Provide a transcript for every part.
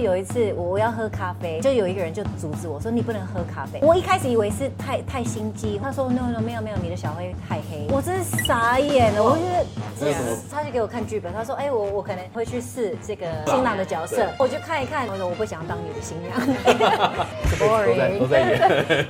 有一次我要喝咖啡，就有一个人就阻止我说你不能喝咖啡。我一开始以为是太心机，他说 no 没有，你的小黑太黑。我真是傻眼了，我觉得他就给我看剧本，他说我可能会去试这个新郎的角色，我就看一看，我说我不想当你的新娘。Boring， 都在演。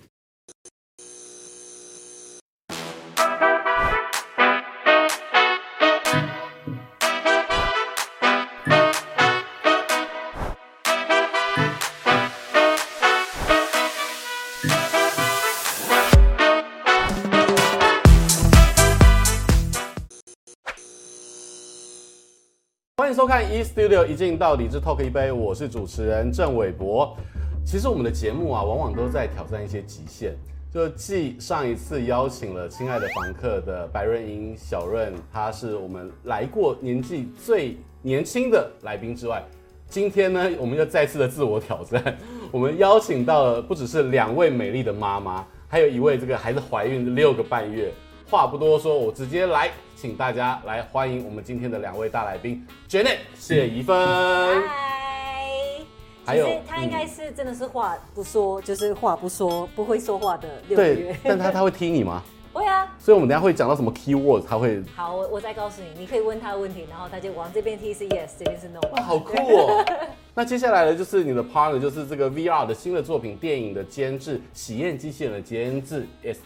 欢迎收看 E Studio 一镜到底之 Talk 一杯，我是主持人郑伟博。其实我们的节目啊，往往都在挑战一些极限。就继上一次邀请了亲爱的房客的白润英、小润，他是我们来过年纪最年轻的来宾之外，今天呢，我们又再次的自我挑战。我们邀请到了不只是2位美丽的妈妈，还有一位这个还是怀孕6个半月。话不多说，我直接来，请大家来欢迎我们今天的2位大来宾 ，Janet 谢宜芬。 嗨， 还有其实他应该是真的是话不说，就是话不说，不会说话的6个月。 对，但他会听你吗？ 会啊。 所以我们等一下会讲到什么 keyword， 他会。 好，我再告诉你，你可以问他问题，然后他就往这边踢是 yes， 这边是 no。 哇，好酷哦！那接下来呢，就是你的 partner， 就是这个 VR 的新的作品，电影的监制，喜宴机器人的监制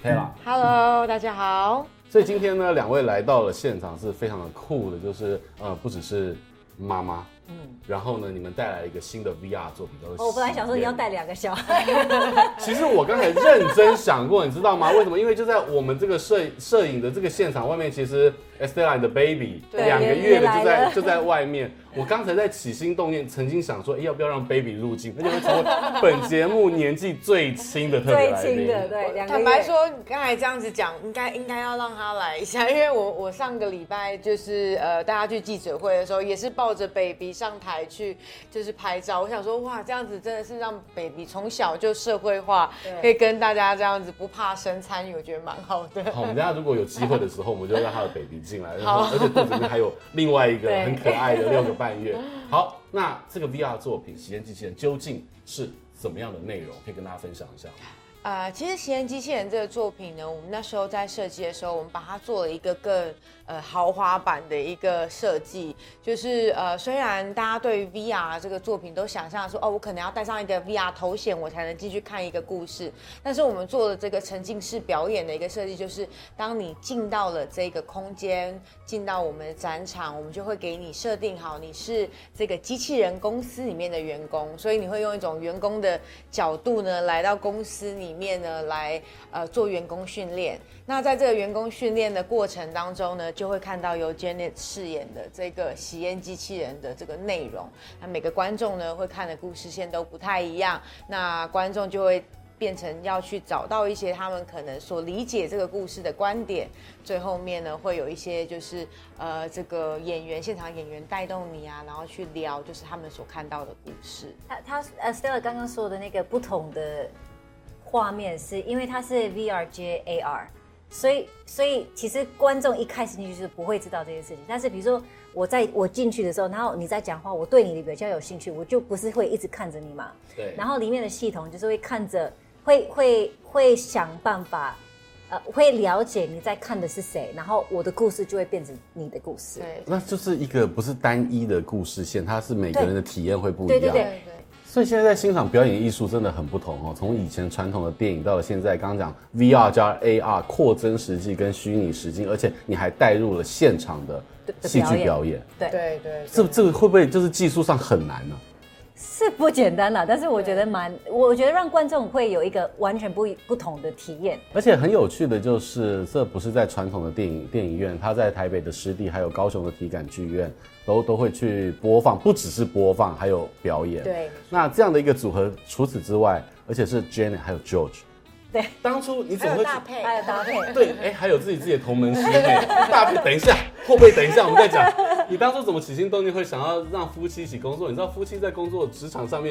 Estella。 Hello， 大家好。 所以今天呢，2位来到了现场是非常的酷的，就是不只是妈妈，然后呢，你们带来了一个新的 VR 作品，都是。 我本来想说你要带2个小孩。 其实我刚才认真想过，你知道吗？为什么？因为就在我们这个摄影的这个现场外面，其实 Estella 的 baby 2个月的就在外面。我刚才在起心动念，曾经想说，要不要让 baby 入镜，那就会成为本节目年纪最轻的特别来宾。 最轻的，对，2个月。 坦白说，你刚才这样子讲，应该要让他来一下，因为我上个礼拜就是大家去记者会的时候，也是抱着 baby 上台去就是拍照。我想说，哇，这样子真的是让 baby 从小就社会化，可以跟大家这样子不怕生参与，我觉得蛮好的。 好，我们等一下如果有机会的时候，我们就让他的 baby 进来，而且肚子里面还有另外一个很可爱的6个半月。好，那这个 VR 作品《喜宴机器人》究竟是怎么样的内容？可以跟大家分享一下。 其实《喜宴机器人》这个作品呢，我们那时候在设计的时候，我们把它做了一个更豪华版的一个设计。就是虽然大家对于 VR 这个作品都想象说，我可能要戴上一个 VR 头显，我才能进去看一个故事。但是我们做了这个沉浸式表演的一个设计，就是当你进到了这个空间，进到我们的展场，我们就会给你设定好你是这个机器人公司里面的员工，所以你会用一种员工的角度呢，来到公司里面呢，来做员工训练。那在这个员工训练的过程当中呢，就会看到由 Janet 饰演的这个喜宴机器人的这个内容。那每个观众呢，会看的故事线都不太一样，那观众就会变成要去找到一些他们可能所理解这个故事的观点。最后面呢，会有一些就是这个现场演员带动你啊，然后去聊就是他们所看到的故事。 他Stella 刚刚说的那个不同的画面，是因为它是 VR 接 AR， 所以其实观众一开始进去就是不会知道这件事情。但是比如说我进去的时候，然后你在讲话，我对你比较有兴趣，我就不是会一直看着你嘛。 对。 然后里面的系统就是会看着，会想办法。会了解你在看的是谁，然后我的故事就会变成你的故事。 对， 那就是一个不是单一的故事线，它是每个人的体验会不一样。 对。 所以现在在欣赏表演艺术真的很不同哦，从以前传统的电影到了现在，刚刚讲 VR 加 AR 扩增实际跟虚拟实境，而且你还带入了现场的戏剧表演。 对。 这个会不会就是技术上很难呢？ 是不简单啦，但是我觉得让观众会有一个完全不同的体验。 而且很有趣的就是，这不是在传统的电影院，它在台北的湿地还有高雄的体感剧院都会去播放，不只是播放，还有表演。 对。 那这样的一个组合，除此之外，而且是 Janet 还有 George。 对， 当初你怎么会还有搭配？ 对，还有自己的同门师妹大配。等一下，后辈等一下，我们再讲。你当初怎么起心动念会想要让夫妻一起工作？你知道夫妻在工作职场上面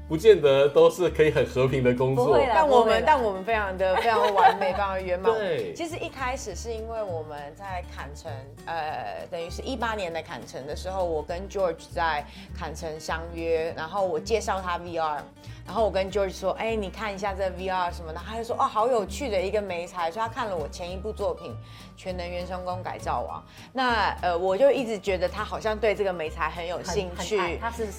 不见得都是可以很和平的工作。 但我们非常完美，非常圆满。 对， 其实一开始是因为我们在坎城，等于是18年的坎城的时候，我跟 George 在坎城相约，然后我介绍他 VR。然后我跟 George 说，哎，你看一下这 VR 什么的，他就说，哦，好有趣的一个媒材，所以他看了我前一部作品《全能原生工改造网》，那我就一直觉得他好像对这个媒材很有兴趣， 他是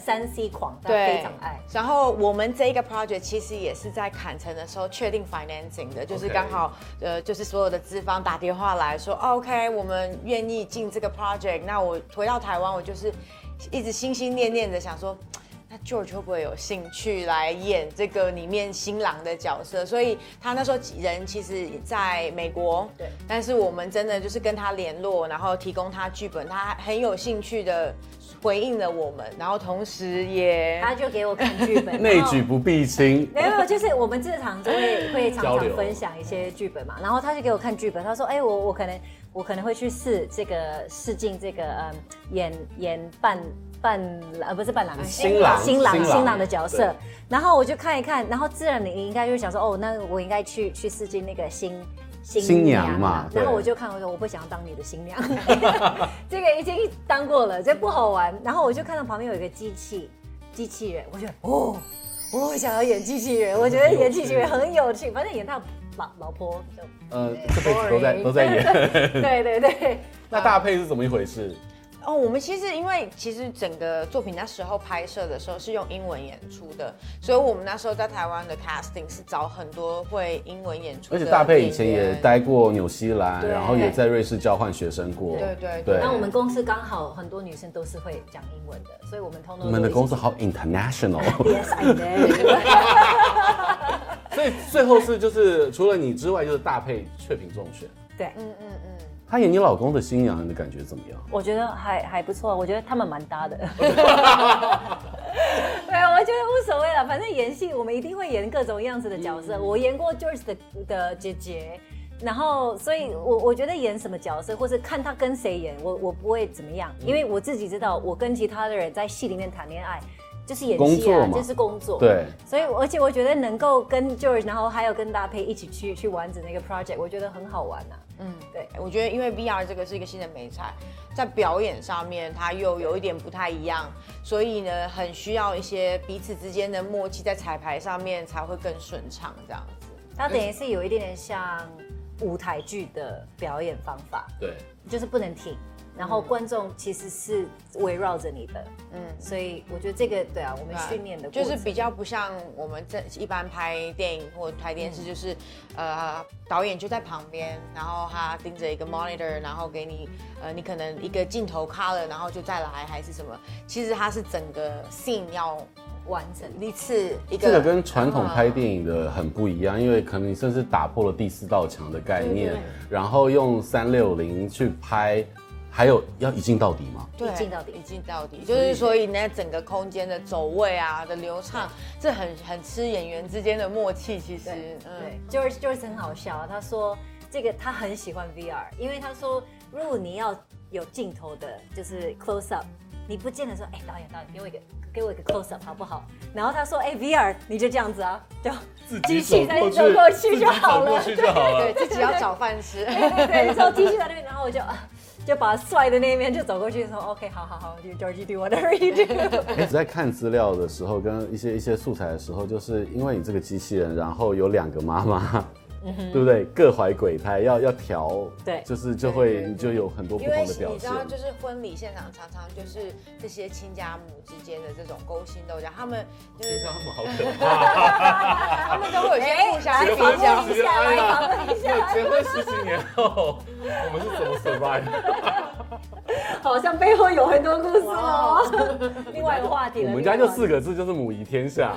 3C 狂，他非常爱。 然后我们这一个 project 其实也是在坎城的时候确定 financing 的，就是刚好就是所有的资方打电话来说，哦，OK， 我们愿意进这个 project。那我回到台湾，我就是一直心心念念的想说，那 George 会不会有兴趣来演这个里面新郎的角色？所以他那时候人其实在美国，对，但是我们真的就是跟他联络，然后提供他剧本，他很有兴趣的回应了我们，然后同时也他就给我看剧本， 内举不避亲。 没有，就是我们日常就会常常分享一些剧本嘛，然后他就给我看剧本，他说，哎，我可能会去试镜这个演不是伴郎，新郎的角色，然后我就看一看，然后自然你应该就想说，哦，那我应该去试镜那个新娘嘛，然后我就看，我说我不想要当你的新娘，这个已经当过了，这不好玩。然后我就看到旁边有一个机器人，我觉得我想要演机器人，我觉得演机器人很有趣，反正演他老婆就这辈子都在演， 对。 那大配是怎么一回事？ 哦，我们因为整个作品那时候拍摄的时候是用英文演出的，所以我们那时候在台湾的 casting 是找很多会英文演出的。而且大佩以前也待过纽西兰，然后也在瑞士交换学生过。 对。 那我们公司刚好很多女生都是会讲英文的，所以我们通通。 你们的公司好 international。Yes, I know。 所以最后就是除了你之外，就是大佩确评中选。 对， 他演你老公的新娘，你的感觉怎么样？ 我觉得还不错，我觉得他们蛮搭的。对，我觉得无所谓了，反正演戏我们一定会演各种样子的角色。我演过 George 的姐姐，然后所以我觉得演什么角色，或是看他跟谁演，我不会怎么样，因为我自己知道，我跟其他的人在戏里面谈恋爱。就是演戏啊，就是工作。 对， 所以而且我觉得能够跟 George， 然后还有跟搭配一起去完成那个 project， 我觉得很好玩啊。对， 我觉得因为 VR 这个是一个新的媒材，在表演上面它又有一点不太一样，所以呢，很需要一些彼此之间的默契，在彩排上面才会更顺畅这样子。 它等于是有一点点像舞台剧的表演方法， 对， 就是不能停。然后观众其实是围绕着你的，所以我觉得这个对啊，我们训练的过程就是比较不像我们一般拍电影或拍电视，就是导演就在旁边，然后他盯着一个 monitor， 然后给你你可能一个镜头卡了，然后就再来还是什么，其实它是整个 scene 要完成一次一个。 这个跟传统拍电影的很不一样，因为可能你甚至打破了第4道墙的概念，然后用360去拍。还有要一镜到底吗？ 对，一镜到底，就是所以呢，整个空间的走位啊的流畅，这很吃演员之间的默契。其实， 对，George 很好笑，他说这个他很喜欢 VR， 因为他说如果你要有镜头的，就是 close up， 你不见得说，哎，导演给我一个 close up 好不好？然后他说，哎 VR 你就这样子啊，就机器在走过去就好了， 对，自己要找饭吃。 对，然后机器在那边，然后我就把帅的那一面就走过去说 OK 好 George do whatever you do。 在看资料的时候跟一些素材的时候，就是因为你这个机器人，然后有2个妈妈，对不对？各怀鬼胎，要调，对，就会你就有很多不同的表现。 因为你知道，就是婚礼现场常常就是这些亲家母之间的这种勾心斗角，他们就是他们好可怕， 他们都会有些互相比较。 结婚10几年后，我们是怎么 survive？ 好像背后有很多故事哦。另外一个话题了， 我们家就4个字，就是母仪天下。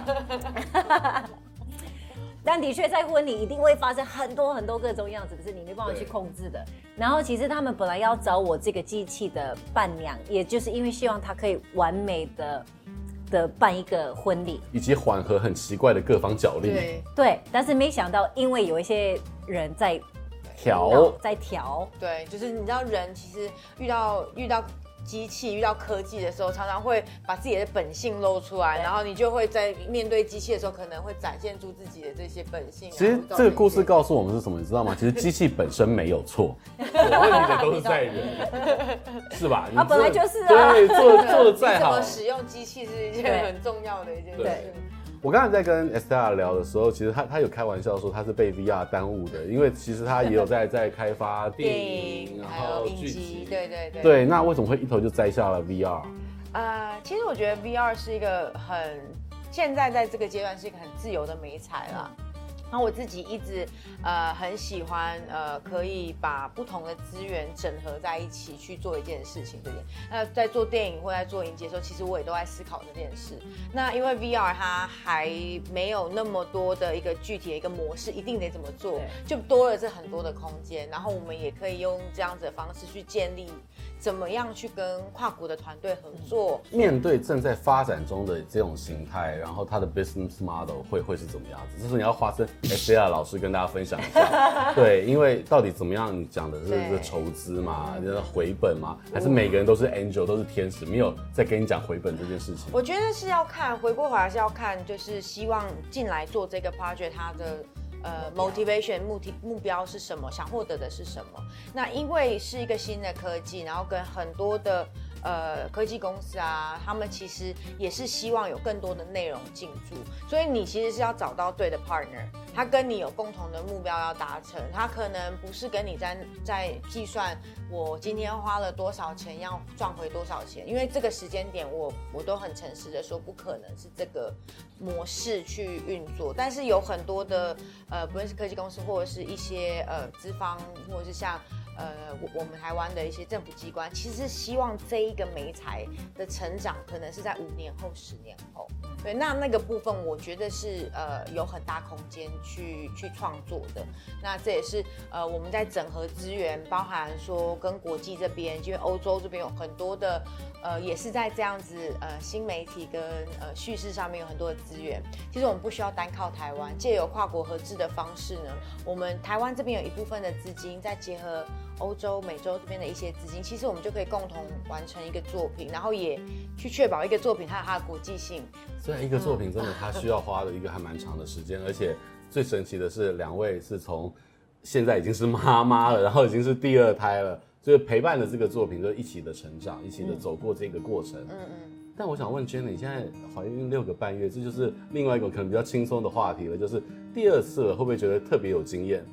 但的确，在婚礼一定会发生很多各种样子，可是你没办法去控制的。然后，其实他们本来要找我这个机器的伴娘，也就是因为希望她可以完美的办一个婚礼， 以及缓和很奇怪的各方角力。 对，但是没想到，因为有一些人在调， 对，就是你知道人其实遇到机器、遇到科技的时候，常常会把自己的本性露出来，然后你就会在面对机器的时候，可能会展现出自己的这些本性。 其实这个故事告诉我们是什么，你知道吗？其实机器本身没有错，有问题的都是在人，是吧？ 啊，本来就是啊。 对，做的再好， 怎么使用机器是一件很重要的一件事。对。 我刚才在跟 Estella 聊的时候，其实他有开玩笑说他是被 VR 耽误的，因为其实他也有在开发电影，然后剧集，对。那为什么会一头就摘下了 VR？ 其实我觉得 VR 是一个现在这个阶段是一个很自由的媒材啦。然后我自己一直很喜欢可以把不同的资源整合在一起去做一件事情这件。那在做电影或在做影集的时候，其实我也都在思考这件事。那因为 VR 它还没有那么多的一个具体的一个模式，一定得怎么做，就多了这很多的空间。然后我们也可以用这样子的方式去建立怎么样去跟跨国的团队合作。 面对正在发展中的这种形态，然后它的 business model 会是怎么样子？这是你要花生 Estella 老师跟大家分享一下。对，因为到底怎么样？你讲的是筹资嘛，回本嘛，还是每个人都是 angel 都是天使，没有在跟你讲回本这件事情？ 我觉得是要看，回过头来是要看，就是希望进来做这个 project 它的。motivation 目标是什么？想获得的是什么？那因为是一个新的科技，然后跟很多的科技公司啊，他们其实也是希望有更多的内容进驻，所以你其实是要找到对的 partner， 他跟你有共同的目标要达成，他可能不是跟你在计算我今天花了多少钱要赚回多少钱，因为这个时间点我都很诚实的说不可能是这个模式去运作，但是有很多的不论是科技公司或者是一些资方或者是像我们台湾的一些政府机关，其实希望这一个媒材的成长可能是在5年后、10年后。对，那个部分我觉得是有很大空间去创作的。那这也是我们在整合资源，包含说跟国际这边，因为欧洲这边有很多的也是在这样子新媒体跟叙事上面有很多的资源。其实我们不需要单靠台湾，借由跨国合资的方式呢，我们台湾这边有一部分的资金，再结合欧洲、美洲这边的一些资金，其实我们就可以共同完成一个作品，然后也去确保一个作品它有它的国际性。 虽然一个作品真的它需要花的一个还蛮长的时间，而且最神奇的是2位是从现在已经是妈妈了，然后已经是第2胎了，就是陪伴了这个作品，就一起的成长，一起的走过这个过程。但我想问 Jenny， 你现在怀孕6个半月，这就是另外一个可能比较轻松的话题了，就是第2次了，会不会觉得特别有经验？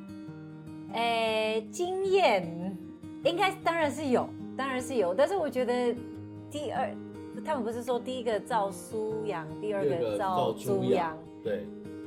经验应该当然是有，但是我觉得他们不是说第一个照苏阳，第2个照猪羊， 对。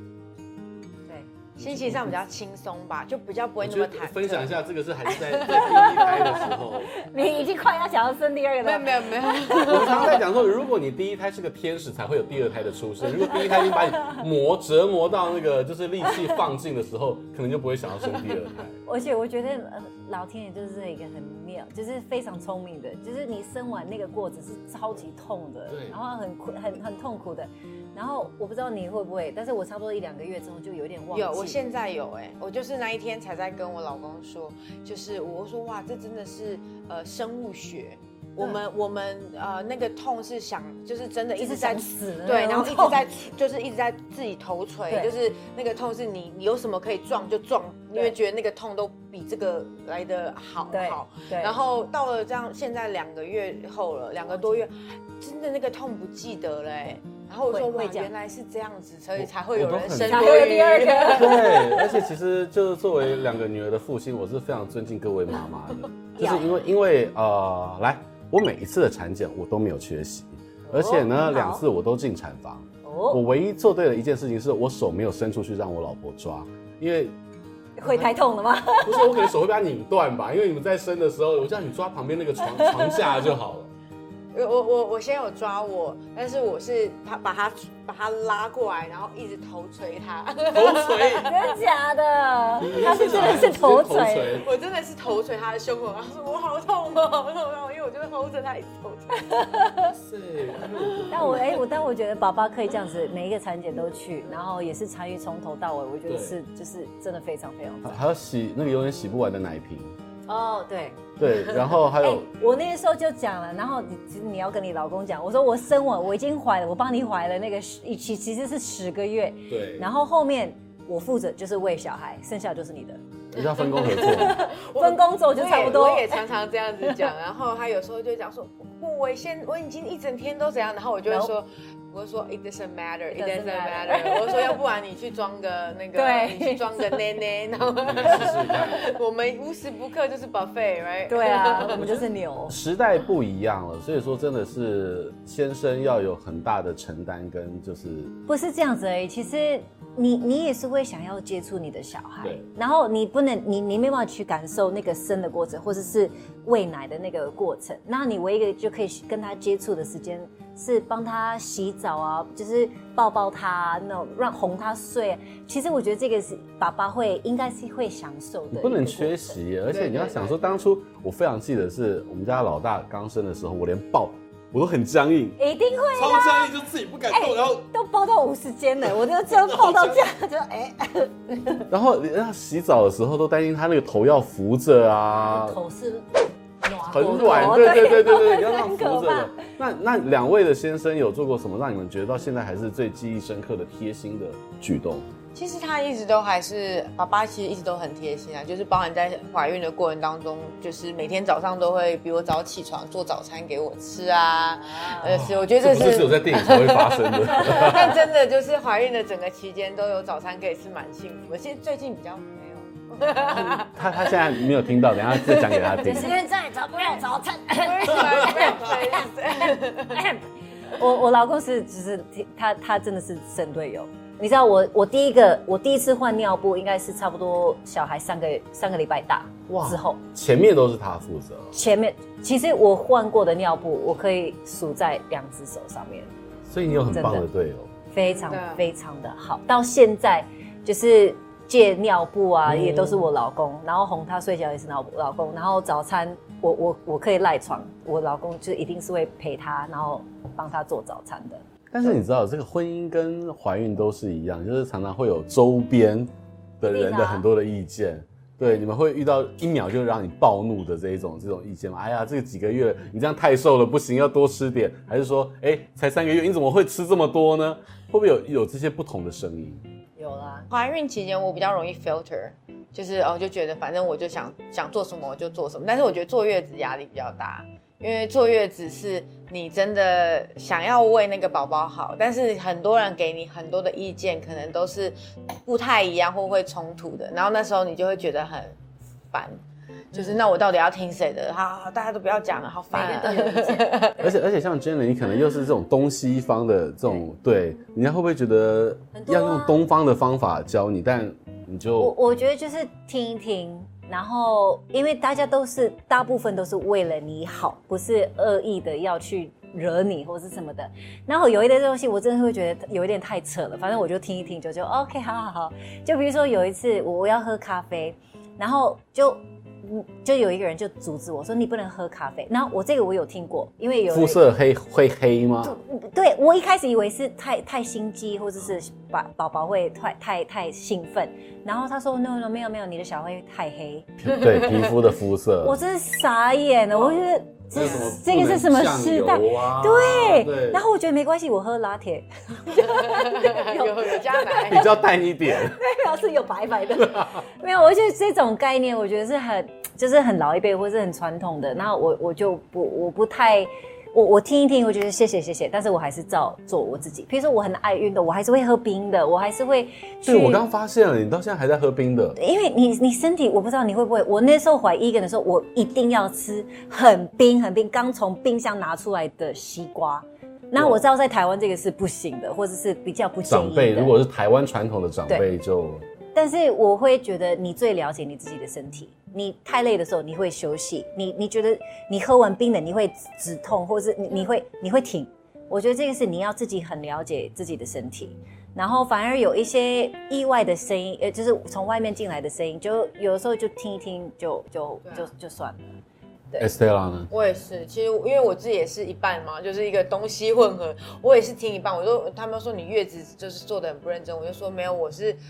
心情上比较轻松吧，就比较不会那么忐忑。 分享一下，这个是还是在第1胎的时候， 你已经快要想要生第2个了。 没有。 我常常在讲说，如果你第1胎是个天使，才会有第2胎的出生。如果第1胎已经把你折磨到那个就是力气放尽的时候，可能就不会想要生第2胎。 而且我觉得老天爷就是一个很妙，就是非常聪明的，就是你生完那个过程是超级痛的，然后很痛苦的。然后我不知道你会不会，但是我差不多1-2个月之后就有点忘记。 有，我现在有我就是那一天才在跟我老公说，就是我说哇，这真的是生物学。我们那个痛是就是真的一直在死， 对，然后一直在自己头锤，就是那个痛是你有什么可以撞就撞，因为觉得那个痛都比这个来得好。对。然后到了这样，现在2个月后了，2个多月，真的那个痛不记得了然后我说哇，原来是这样子，所以才会有人生，才会有第2个。 对，而且其实就是作为2个女儿的父亲，我是非常尊敬各位妈妈的，就是因为来。我每一次的产检我都没有缺席，而且呢2次我都进产房。我唯一做对的一件事情是我手没有伸出去让我老婆抓，因为会太痛了吗？ 不是，我可能手会被她拧断吧，因为你们在生的时候，我叫你抓旁边那个床架就好了。 我先有抓我，但是我是把他拉过来，然后一直头锤他。 头锤？ 真的假的？他是真的是头锤， 我真的是头锤他的胸口，然后说我好痛哦，好痛哦，因为我就会 hold 着他一直头锤。 但我觉得爸爸可以这样子，每一个产检都去，然后也是参与从头到尾，我觉得是就是真的非常非常棒。 还要洗那个永远洗不完的奶瓶。 哦，对。 对，然后还有， 我那时候就讲了，然后你要跟你老公讲，我说我已经怀了，我帮你怀了那个其实是10个月， 对， 然后后面我负责就是喂小孩，剩下就是你的。 你要分工合作， 分工走就差不多。 我也常常这样子讲，然后他有时候就讲说，我已经一整天都怎样，然后我就会说。我说 it doesn't matter, it doesn't matter。我说要不然你去装个那个，你去装个奶奶，然后我们无时不刻就是 buffet，right？ 对啊，我们就是牛。 时代不一样了，所以说真的是先生要有很大的承担跟就是不是这样子而已。其实你也是会想要接触你的小孩， 对， 然后你不能你没办法去感受那个生的过程，或者是喂奶的那个过程。那你唯一一个就可以跟他接触的时间。是帮他洗澡啊，就是抱抱他啊，那种哄他睡啊。其实我觉得这个是爸爸应该是会享受的， 不能缺席。而且你要想说，当初我非常记得是我们家老大刚生的时候，我连抱我都很僵硬， 一定会超僵硬，就自己不敢动，然后都抱到50间了，我就这样抱到这样，就然后要洗澡的时候都担心他那个头要浮着啊， 头是。 很软，对，你要让扶着的。那2位的先生有做过什么让你们觉得到现在还是最记忆深刻的贴心的举动？ 其实他一直都还是爸爸，其实一直都很贴心啊，就是包含在怀孕的过程当中，就是每天早上都会比我早起床做早餐给我吃啊。是我觉得这不是只有在电影才会发生的， 但真的就是怀孕的整个期间都有早餐可以吃，蛮幸福的。其实最近比较没有。 他现在没有听到，等一下再讲给他听。 现在找不了早餐。我老公是他真的是神队友。你知道我第一次换尿布应该是差不多小孩3个礼拜大之后， 前面都是他负责。 前面其实我换过的尿布我可以数在2只手上面， 所以你有很棒的队友， 非常非常的好。到现在就是借尿布啊，也都是我老公，然后哄他睡觉也是老公，然后早餐我可以赖床，我老公就一定是会陪他，然后帮他做早餐的。 但是你知道，这个婚姻跟怀孕都是一样，就是常常会有周边的人的很多的意见。对，你们会遇到1秒就让你暴怒的这种意见吗？哎呀，这个几个月你这样太瘦了，不行，要多吃点。还是说，才3个月，你怎么会吃这么多呢？会不会有这些不同的声音？ 有啦， 怀孕期间我比较容易 filter， 就是就觉得反正我就想做什么我就做什么。但是我觉得坐月子压力比较大，因为坐月子是你真的想要为那个宝宝好，但是很多人给你很多的意见，可能都是不太一样或会冲突的，然后那时候你就会觉得很烦。就是那我到底要听谁的？好，大家都不要讲了，好烦啊！ 每个都有意见。 而且像 Jenny， 你可能又是这种东西方的这种，对，人家会不会觉得要用东方的方法教你？但你就我觉得就是听一听，然后因为大部分都是为了你好，不是恶意的要去惹你或是什么的。然后有一点东西我真的会觉得有一点太扯了，反正我就听一听就 OK， 好。就比如说有一次我要喝咖啡，然后就有一个人就阻止我说你不能喝咖啡，然后我有听过，因为有肤色会黑吗？ 对，我一开始以为是太心机，或者是宝宝会太兴奋，然后他说 no 没有，你的小孩会太黑， 对，皮肤的肤色， 我真是傻眼了，我觉得这个是什么时代？对，然后我觉得没关系，我喝拿铁， 有加奶， 比较淡一点， 对，表示有白的，没有，我觉得这种概念，我觉得是很老一辈或是很传统的，然后我不太。我听一听，我觉得谢谢，但是我还是照做我自己。比如说我很爱运动，我还是会喝冰的，我还是会去。 对，我刚发现了，你到现在还在喝冰的。 因为你身体，我不知道你会不会。我那时候怀1个的时候，我一定要吃很冰，刚从冰箱拿出来的西瓜。那我知道在台湾这个是不行的，或者是比较不建议的。 长辈如果是台湾传统的长辈就。 但是我会觉得你最了解你自己的身体。你太累的时候，你会休息。你觉得你喝完冰的，你会止痛，或者是你会挺。我觉得这个是你要自己很了解自己的身体。然后反而有一些意外的声音，就是从外面进来的声音，就有的时候就听一听就算了。 对 Estella 呢？ 我也是，其实因为我自己也是一半嘛，就是一个东西混合，我也是听一半。他们说你月子就是做得很不认真，我就说没有，我是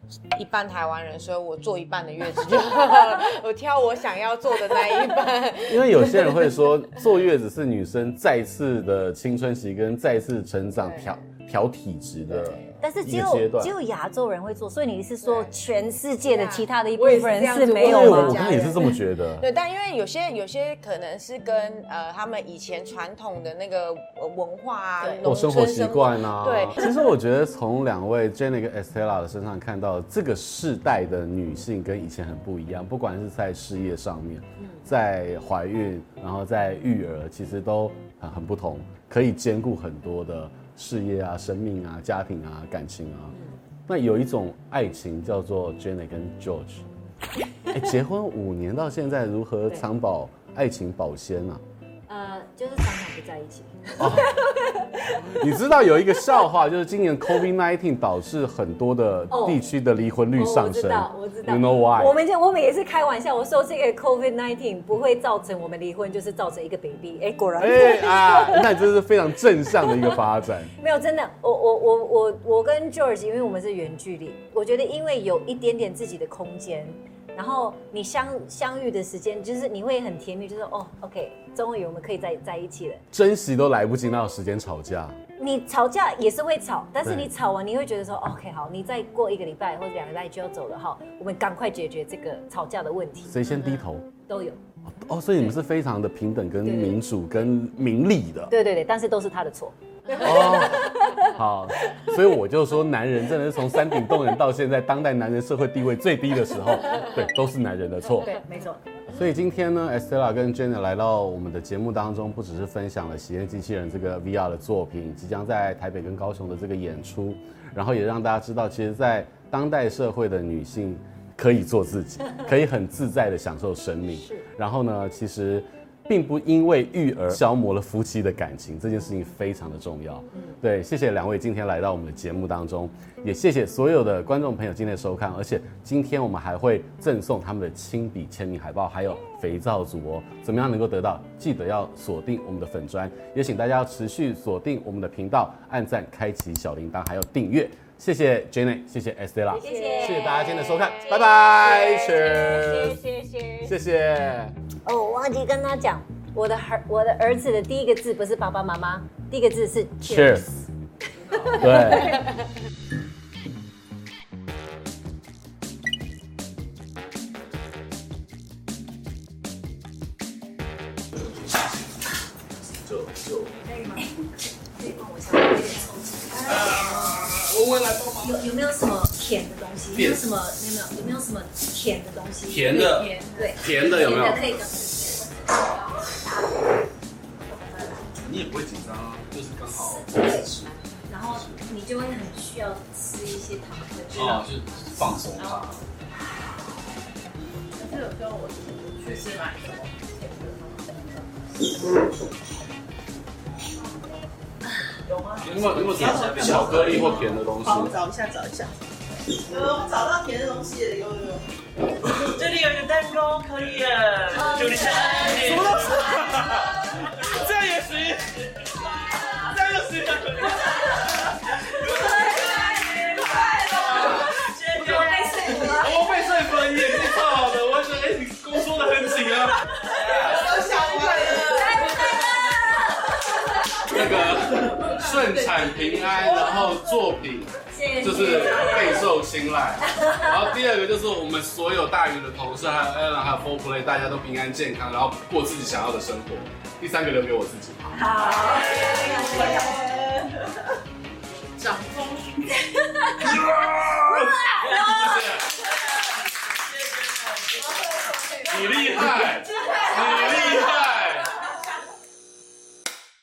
一半台湾人，所以我坐一半的月子就好了，我挑我想要做的那一半。 因为有些人会说，坐月子是女生再次的青春期跟再次成长调体质的。 但是只有亚洲人会做，所以你是说全世界的其他的一部分人是没有吗？ 我刚也是这么觉得。 对，但因为有些可能是跟他们以前传统的那个文化啊、 生活习惯啊。 对， 其实我觉得从两位 Jenny 跟 Estella 的身上看到，这个世代的女性跟以前很不一样，不管是在事业上面，在怀孕，然后在育儿，其实都很不同，可以兼顾很多的事业啊、生命啊、家庭啊、感情啊。那有一种爱情叫做 Jenny 跟 George， 结婚5年到现在，如何长保爱情保鲜啊？ 就是常常不在一起。 你知道有一个笑话，就是今年 COVID-19 导致很多的地区的离婚率上升。 我知道。 You know why？ 我们也是开玩笑，我说这个 COVID-19 不会造成我们离婚，就是造成一个 baby。果然。 那这是非常正向的一个发展。 没有，真的，我跟 George， 因为我们是远距离，我觉得因为有一点点自己的空间。然后你相遇的时间，就是你会很甜蜜，就是OK， 终于我们可以在一起了。 珍惜都来不及，哪有时间吵架？ 你吵架也是会吵，但是你吵完你会觉得说 OK 好，你再过1个礼拜或者2个礼拜就要走了哈，我们赶快解决这个吵架的问题。 谁先低头？ 都有。 所以你们是非常的平等、跟民主、跟明理的。 对，但是都是他的错。 好，所以我就说，男人真的是从山顶洞人到现在当代男人社会地位最低的时候，对，都是男人的错。 对，没错。 所以今天呢 ，Estella 跟 Jenny 来到我们的节目当中，不只是分享了《喜宴机器人》这个 VR 的作品，即将在台北跟高雄的这个演出，然后也让大家知道，其实，在当代社会的女性可以做自己，可以很自在的享受生命。然后呢，其实并不因为育儿消磨了夫妻的感情，这件事情非常的重要。对，谢谢两位今天来到我们的节目当中，也谢谢所有的观众朋友今天的收看，而且今天我们还会赠送他们的亲笔签名海报，还有肥皂组哦。怎么样能够得到？记得要锁定我们的粉专，也请大家要持续锁定我们的频道，按赞、开启小铃铛，还有订阅。谢谢 Jenny， 谢谢 Estella， 谢谢大家今天的收看，拜拜 ，Cheers， 谢谢。 我忘记跟他讲，我的儿子的第一个字不是爸爸妈妈，第一个字是 Cheers。 对。 可以吗？可以帮我稍微有点抽筋。 我来帮忙。 有没有什么甜的东西？有没有什么甜的东西？ 甜的， 对， 甜的有没有？ 可以的。 你也不会紧张啊，就是刚好。 然后你就会很需要吃一些糖分， 就放松它。 可是有时候我去是买什么甜的？有吗？ 有没有巧克力或甜的东西？ 好，我找一下。我找到甜的东西了，有。这里有一个蛋糕，可以了。祝你生日！什么东西？这样也行，这样就行。我被说服了，你眼睛超好的，我觉得你勾说的很紧啊。我想坏了。 那个顺产平安，然后作品就是备受青睐。然后第二个就是我们所有大鱼的同事，还有 Alan 还有 Four Play， 大家都平安健康，然后过自己想要的生活。第三个留给我自己。 好。